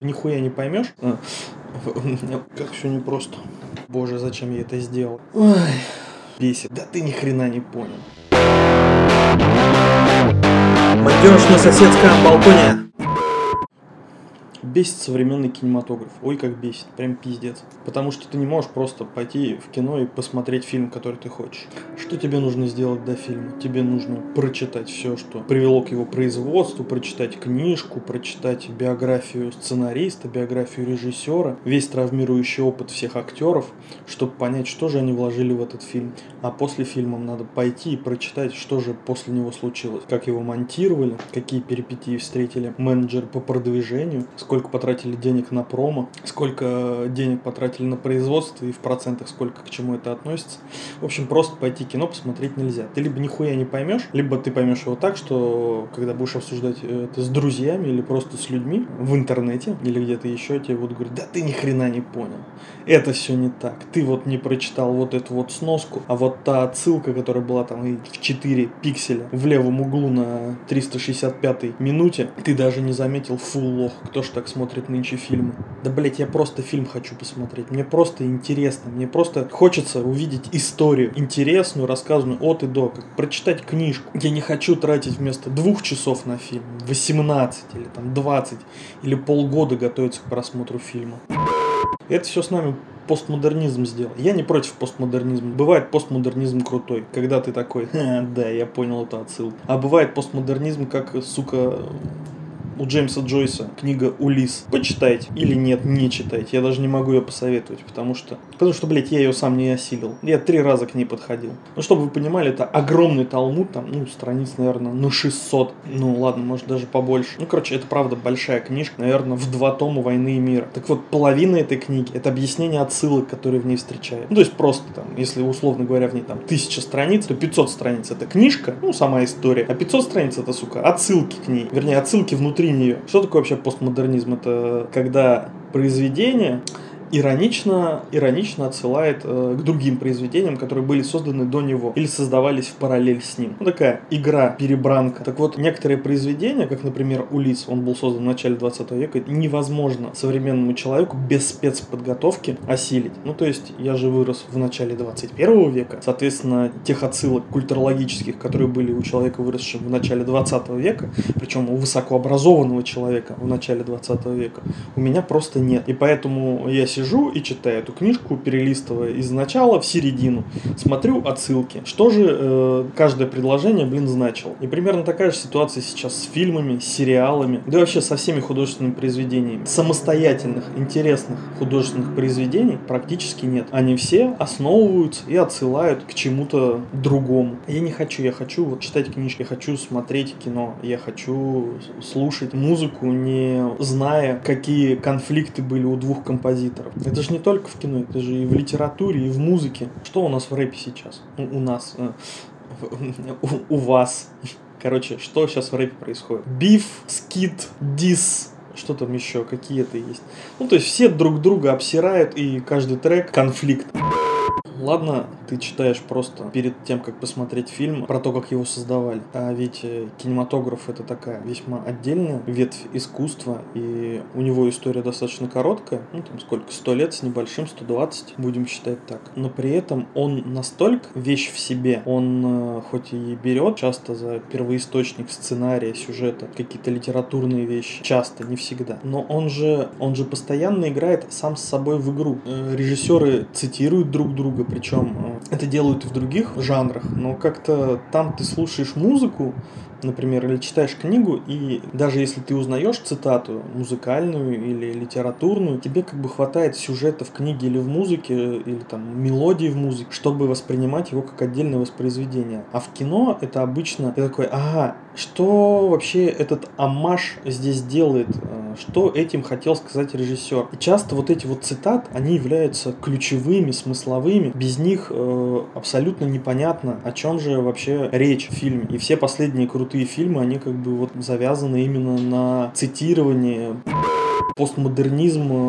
Нихуя не поймешь. Как все непросто. Боже, зачем я это сделал? Ой, бесит. Да ты ни хрена не понял. Пойдешь на соседском балконе. Бесит современный кинематограф. Ой, как бесит. Прям пиздец. Потому что ты не можешь просто пойти в кино и посмотреть фильм, который ты хочешь. Что тебе нужно сделать до фильма? Тебе нужно прочитать все, что привело к его производству, прочитать книжку, прочитать биографию сценариста, биографию режиссера, весь травмирующий опыт всех актеров, чтобы понять, что же они вложили в этот фильм. А после фильма надо пойти и прочитать, что же после него случилось. Как его монтировали, какие перипетии встретили менеджеры по продвижению, сколько потратили денег на промо, сколько денег потратили на производство и в процентах сколько к чему это относится. В общем, просто пойти кино посмотреть нельзя. Ты либо нихуя не поймешь, либо ты поймешь его так, что когда будешь обсуждать это с друзьями или просто с людьми в интернете или где-то еще, тебе будут говорить: да ты ни хрена не понял. Это все не так. Ты вот не прочитал вот эту вот сноску, а вот та отсылка, которая была там в 4 пикселя в левом углу на 365-й минуте, ты даже не заметил. Фу, лох, кто ж так смотрит нынче фильмы? Да, блять, я просто фильм хочу посмотреть. Мне просто интересно. Мне просто хочется увидеть историю интересную, рассказанную от и до, как прочитать книжку. Я не хочу тратить вместо 2 часов на фильм 18 или там 20 или полгода готовиться к просмотру фильма. Это все с нами постмодернизм сделал. Я не против постмодернизма. Бывает постмодернизм крутой, когда ты такой: да, я понял эту отсылку. А бывает постмодернизм, как, сука, у Джеймса Джойса книга «Улисс». Почитайте. Или нет, не читайте. Я даже не могу ее посоветовать, потому что, блядь, я ее сам не осилил. Я 3 раза к ней подходил. Ну, чтобы вы понимали, это огромный талмуд, там, страниц, наверное, 600. Ну, ладно, может, даже побольше. Ну, короче, это, правда, большая книжка, наверное, в 2 тома «Войны и мира». Так вот, половина этой книги — это объяснение отсылок, которые в ней встречают. Ну, то есть, просто там, если, условно говоря, в ней там 1000 страниц, то 500 страниц — это книжка, сама история, а 500 страниц — это, сука, отсылки к ней. Вернее, отсылки внутри нее. Что такое вообще постмодернизм? Это когда произведение иронично отсылает к другим произведениям, которые были созданы до него или создавались в параллель с ним. Такая игра, перебранка. Так вот, некоторые произведения, как, например, «Улисс», он был создан в начале 20 века, невозможно современному человеку без спецподготовки осилить. То есть, я же вырос в начале 21 века, соответственно, тех отсылок культурологических, которые были у человека, выросшего в начале 20 века, причем у высокообразованного человека в начале 20 века, у меня просто нет. И поэтому я сижу и читаю эту книжку, перелистывая из начала в середину, смотрю отсылки. Что же каждое предложение, значило. И примерно такая же ситуация сейчас с фильмами, с сериалами, да и вообще со всеми художественными произведениями. Самостоятельных, интересных художественных произведений практически нет. Они все основываются и отсылают к чему-то другому. Я не хочу, я хочу читать книжки, я хочу смотреть кино, я хочу слушать музыку, не зная, какие конфликты были у 2 композиторов. Это же не только в кино, это же и в литературе, и в музыке. Что у нас в рэпе сейчас? У нас. У вас. Короче, что сейчас в рэпе происходит? Биф, скит, дис. Что там еще? Какие-то есть. То есть все друг друга обсирают, и каждый трек конфликт. Ладно, ты читаешь просто перед тем, как посмотреть фильм, про то, как его создавали. А ведь кинематограф — это такая весьма отдельная ветвь искусства, и у него история достаточно короткая, там сколько, 100 лет с небольшим, 120, будем считать так. Но при этом он настолько вещь в себе, он хоть и берет часто за первоисточник сценария, сюжета, какие-то литературные вещи, часто, не всегда, но он же постоянно играет сам с собой в игру. Режиссеры цитируют друг друга, причем это делают и в других жанрах, но как-то там ты слушаешь музыку, например, или читаешь книгу, и даже если ты узнаешь цитату музыкальную или литературную, тебе как бы хватает сюжета в книге или в музыке, или там мелодии в музыке, чтобы воспринимать его как отдельное воспроизведение. А в кино это обычно ты такой: ага, что вообще этот оммаж здесь делает, что этим хотел сказать режиссер. И часто вот эти вот цитаты, они являются ключевыми, смысловыми, без них абсолютно непонятно, о чем же вообще речь в фильме. И все последние крутые фильмы, они как бы вот завязаны именно на цитировании. Постмодернизм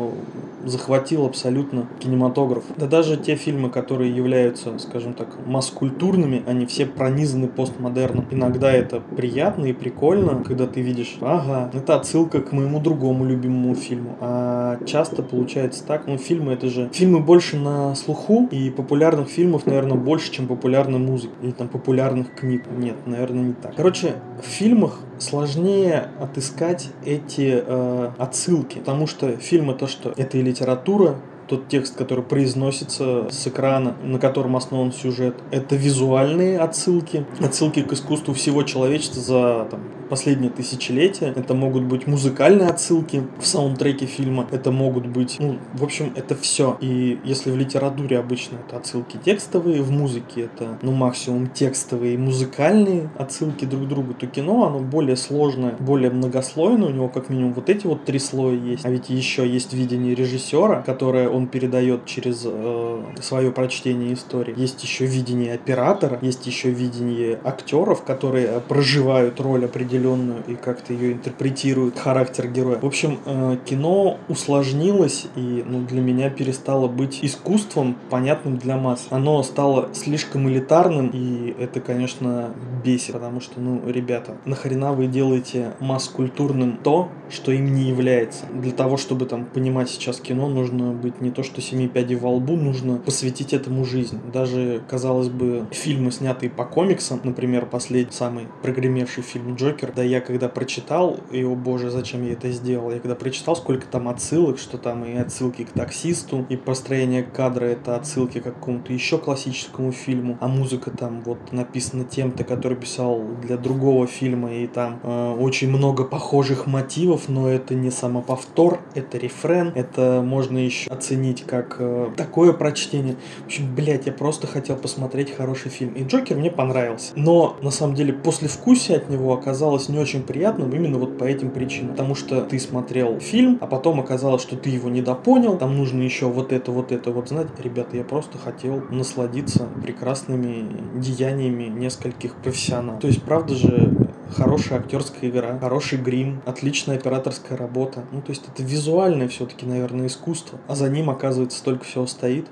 захватил абсолютно кинематограф. Да даже те фильмы, которые являются, скажем так, масс-культурными, они все пронизаны постмодерном. Иногда это приятно и прикольно, когда ты видишь, ага, это отсылка к моему другому любимому фильму. А часто получается так, фильмы это же... Фильмы больше на слуху, и популярных фильмов, наверное, больше, чем популярной музыки. Или там популярных книг. Нет, наверное, не так. Короче, в фильмах сложнее отыскать эти отсылки, потому что фильм это что? Это и литература, тот текст, который произносится с экрана, на котором основан сюжет. Это визуальные отсылки к искусству всего человечества за последние тысячелетия. Это могут быть музыкальные отсылки в саундтреке фильма. Это могут быть, в общем, это все. И если в литературе обычно это отсылки текстовые, в музыке это, максимум текстовые и музыкальные отсылки друг к другу, то кино, оно более сложное, более многослойное. У него как минимум вот эти вот 3 слоя есть. А ведь еще есть видение режиссера, которое он передает через свое прочтение истории. Есть еще видение оператора, есть еще видение актеров, которые проживают роль определенную и как-то ее интерпретируют, характер героя. В общем, кино усложнилось и для меня перестало быть искусством, понятным для масс. Оно стало слишком элитарным, и это, конечно, бесит, потому что, ребята, нахрена вы делаете масс-культурным то, что им не является? Для того, чтобы понимать сейчас кино, нужно быть не то что 7 пядей во лбу, нужно посвятить этому жизнь. Даже, казалось бы, фильмы, снятые по комиксам, например, последний, самый прогремевший фильм «Джокер», да я когда прочитал, и, о боже, зачем я это сделал, я когда прочитал, сколько там отсылок, что там и отсылки к «Таксисту», и построение кадра — это отсылки к какому-то еще классическому фильму, а музыка там написана тем-то, который писал для другого фильма, и там очень много похожих мотивов, но это не самоповтор, это рефрен, это можно еще оценить как такое прочтение. В общем, я просто хотел посмотреть хороший фильм. И «Джокер» мне понравился. Но, на самом деле, послевкусие от него оказалось не очень приятным именно по этим причинам. Потому что ты смотрел фильм, а потом оказалось, что ты его недопонял, там нужно еще вот это знать. Ребята, я просто хотел насладиться прекрасными деяниями нескольких профессионалов. То есть, правда же, хорошая актерская игра, хороший грим, отличная операторская работа. То есть, это визуальное все-таки, наверное, искусство. А за ним, оказывается, столько всего стоит.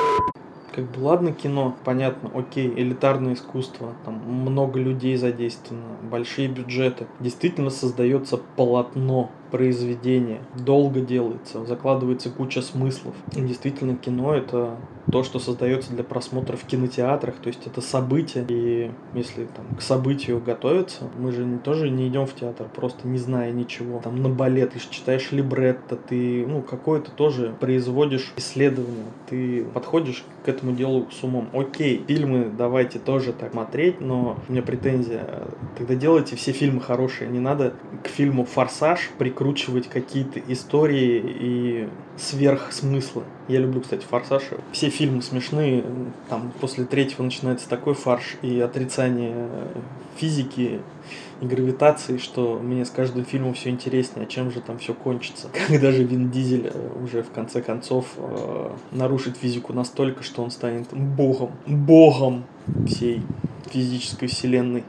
Ладно, кино, понятно, окей, элитарное искусство, там много людей задействовано, большие бюджеты. Действительно создается полотно, произведение, долго делается, закладывается куча смыслов. И действительно, кино — это то, что создается для просмотра в кинотеатрах, то есть это событие. И если к событию готовиться, мы же тоже не идем в театр, просто не зная ничего. На балет, ты читаешь либретто, ты какое-то тоже производишь исследование, ты подходишь к этому делу с умом. Окей, фильмы давайте тоже так смотреть, но у меня претензия. Тогда делайте все фильмы хорошие. Не надо к фильму «Форсаж» прикручивать какие-то истории и сверхсмыслы. Я люблю, кстати, «Форсаж». Все фильмы смешные. После 3-го начинается такой фарш и отрицание физики и гравитации, что мне с каждым фильмом все интереснее, а чем же там все кончится. Когда же Вин Дизель уже в конце концов нарушит физику настолько, что он станет богом всей физической вселенной.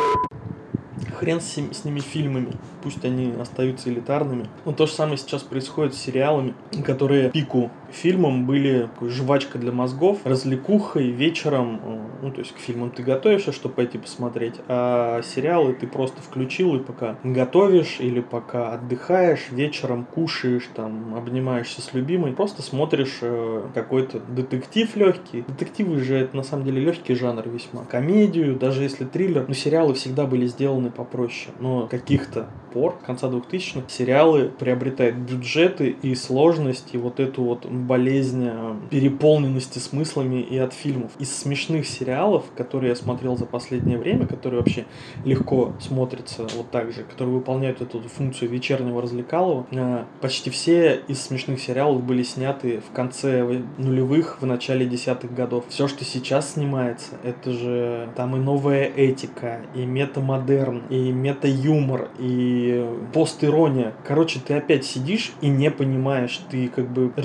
Хрен с ними фильмами, пусть они остаются элитарными. То же самое сейчас происходит с сериалами, которые пику фильмам были жвачка для мозгов, развлекухой вечером, то есть к фильмам ты готовишься, чтобы пойти посмотреть, а сериалы ты просто включил и пока готовишь или пока отдыхаешь, вечером кушаешь, обнимаешься с любимой, просто смотришь какой-то детектив легкий. Детективы же это на самом деле легкий жанр весьма. Комедию, даже если триллер, но сериалы всегда были сделаны попроще. Но каких-то пор, конца 2000-х, сериалы приобретают бюджеты и сложность, и эту болезнь переполненности смыслами и от фильмов. Из смешных сериалов, которые я смотрел за последнее время, которые вообще легко смотрятся так же, которые выполняют эту функцию вечернего развлекалова, почти все из смешных сериалов были сняты в конце нулевых, в начале десятых годов. Все, что сейчас снимается, это же там и новая этика, и метамодерн, и мета-юмор, и пост-ирония. Короче, ты опять сидишь и не понимаешь, ты развлекуху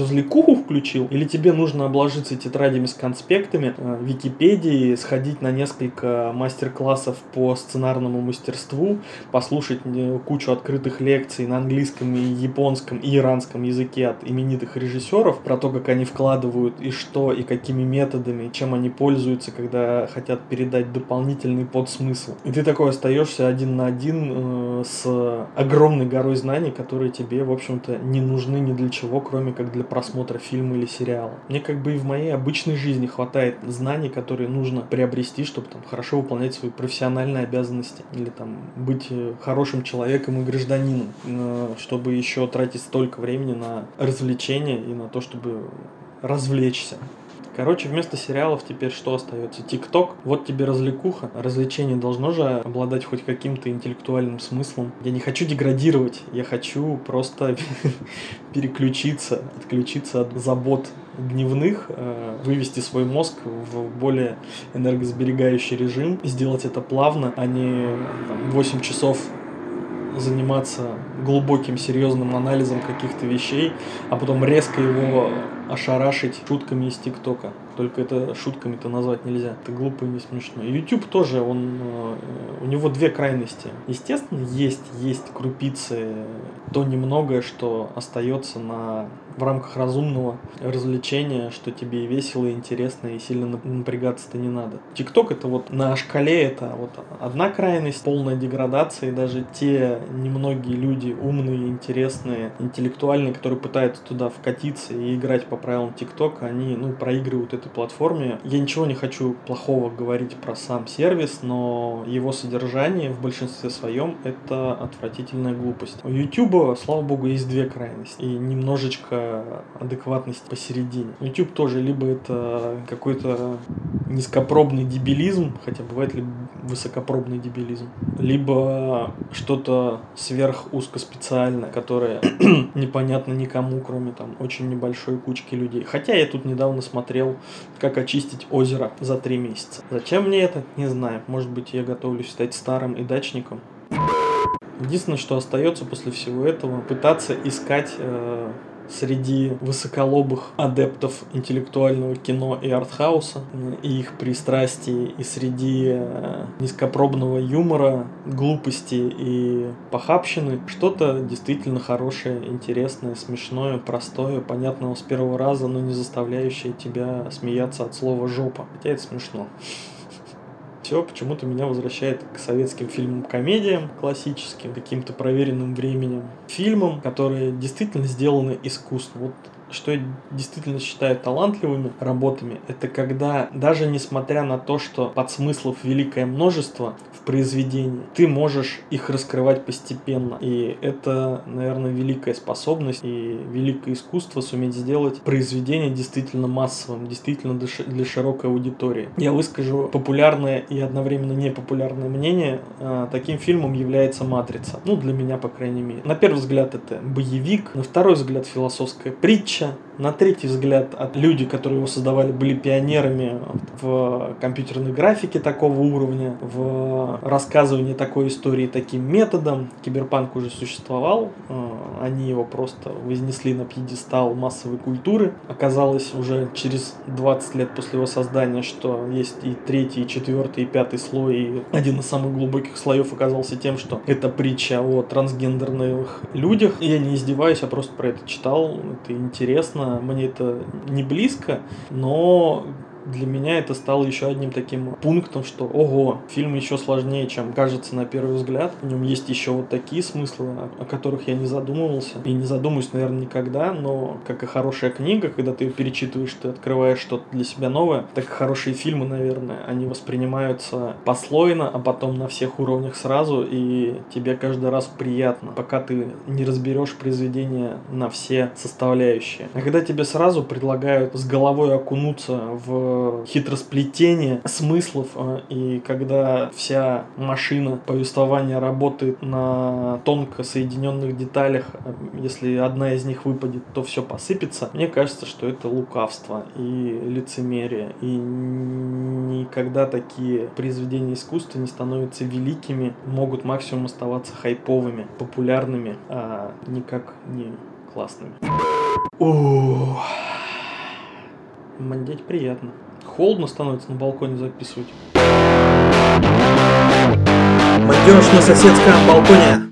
движуху включил, или тебе нужно обложиться тетрадями с конспектами, Википедией, сходить на несколько мастер-классов по сценарному мастерству, послушать кучу открытых лекций на английском и японском и иранском языке от именитых режиссеров про то, как они вкладывают и что, и какими методами, чем они пользуются, когда хотят передать дополнительный подсмысл. И ты такой остаешься один на один с огромной горой знаний, которые тебе, в общем-то, не нужны ни для чего, кроме как для просмотра фильма или сериала. Мне как бы и в моей обычной жизни хватает знаний, которые нужно приобрести, чтобы там хорошо выполнять свои профессиональные обязанности или там быть хорошим человеком и гражданином, чтобы еще тратить столько времени на развлечения и на то, чтобы развлечься. Короче, вместо сериалов теперь что остается? ТикТок. Вот тебе развлекуха. Развлечение должно же обладать хоть каким-то интеллектуальным смыслом. Я не хочу деградировать. Я хочу просто переключиться, отключиться от забот дневных, вывести свой мозг в более энергосберегающий режим, сделать это плавно, а не 8 часов заниматься глубоким, серьезным анализом каких-то вещей, а потом резко его ошарашить шутками из ТикТока. Только это шутками-то назвать нельзя. Это глупо и не смешно. YouTube тоже, у него две крайности. Естественно, есть крупицы, то немногое, что остается в рамках разумного развлечения, что тебе и весело, и интересно, и сильно напрягаться-то не надо. ТикТок это вот на шкале это вот одна крайность, полная деградация, и даже те немногие люди умные, интересные, интеллектуальные, которые пытаются туда вкатиться и играть по правилам ТикТока, они проигрывают этой платформе. Я ничего не хочу плохого говорить про сам сервис, но его содержание в большинстве своем это отвратительная глупость. У YouTube, слава богу, есть две крайности и немножечко адекватность посередине. YouTube тоже либо это какой-то низкопробный дебилизм, хотя бывает ли высокопробный дебилизм, либо что-то сверхузкоспециальное, которое непонятно никому, кроме там очень небольшой кучки людей. Хотя я тут недавно смотрел, как очистить озеро за 3 месяца. Зачем мне это? Не знаю. Может быть, я готовлюсь стать старым и дачником. Единственное, что остается после всего этого, пытаться искать среди высоколобых адептов интеллектуального кино и артхауса и их пристрастий, и среди низкопробного юмора, глупости и похабщины что-то действительно хорошее, интересное, смешное, простое, понятного с первого раза, но не заставляющее тебя смеяться от слова «жопа». Хотя это смешно. Все почему-то меня возвращает к советским фильмам-комедиям классическим, каким-то проверенным временем. Фильмам, которые действительно сделаны искусственно. Вот что я действительно считаю талантливыми работами, это когда даже несмотря на то, что подсмыслов великое множество в произведении, ты можешь их раскрывать постепенно. И это, наверное, великая способность и великое искусство суметь сделать произведение действительно массовым, действительно для широкой аудитории. Я выскажу популярное и одновременно непопулярное мнение. Таким фильмом является «Матрица». Ну, для меня, по крайней мере. На первый взгляд, это боевик, на второй взгляд, философская притча, на третий взгляд, люди, которые его создавали, были пионерами в компьютерной графике такого уровня, в рассказывании такой истории таким методом. Киберпанк уже существовал, они его просто вознесли на пьедестал массовой культуры. Оказалось уже через 20 лет после его создания, что есть и третий, и четвертый, и пятый слой, и один из самых глубоких слоев оказался тем, что это притча о трансгендерных людях. И я не издеваюсь, я просто про это читал, это интересно. Мне это не близко, но для меня это стало еще одним таким пунктом, что ого, фильм еще сложнее, чем кажется на первый взгляд. В нем есть еще вот такие смыслы, о которых я не задумывался. И не задумаюсь, наверное, никогда, но как и хорошая книга, когда ты ее перечитываешь, ты открываешь что-то для себя новое, так и хорошие фильмы, наверное, они воспринимаются послойно, а потом на всех уровнях сразу, и тебе каждый раз приятно, пока ты не разберешь произведение на все составляющие. А когда тебе сразу предлагают с головой окунуться в хитросплетение смыслов, и когда вся машина повествования работает на тонко соединенных деталях, если одна из них выпадет, то все посыпется, мне кажется, что это лукавство и лицемерие, и никогда такие произведения искусства не становятся великими, могут максимум оставаться хайповыми, популярными, а никак не классными. Мандеть приятно. Холодно становится на балконе записывать. Мандеж на соседском балконе.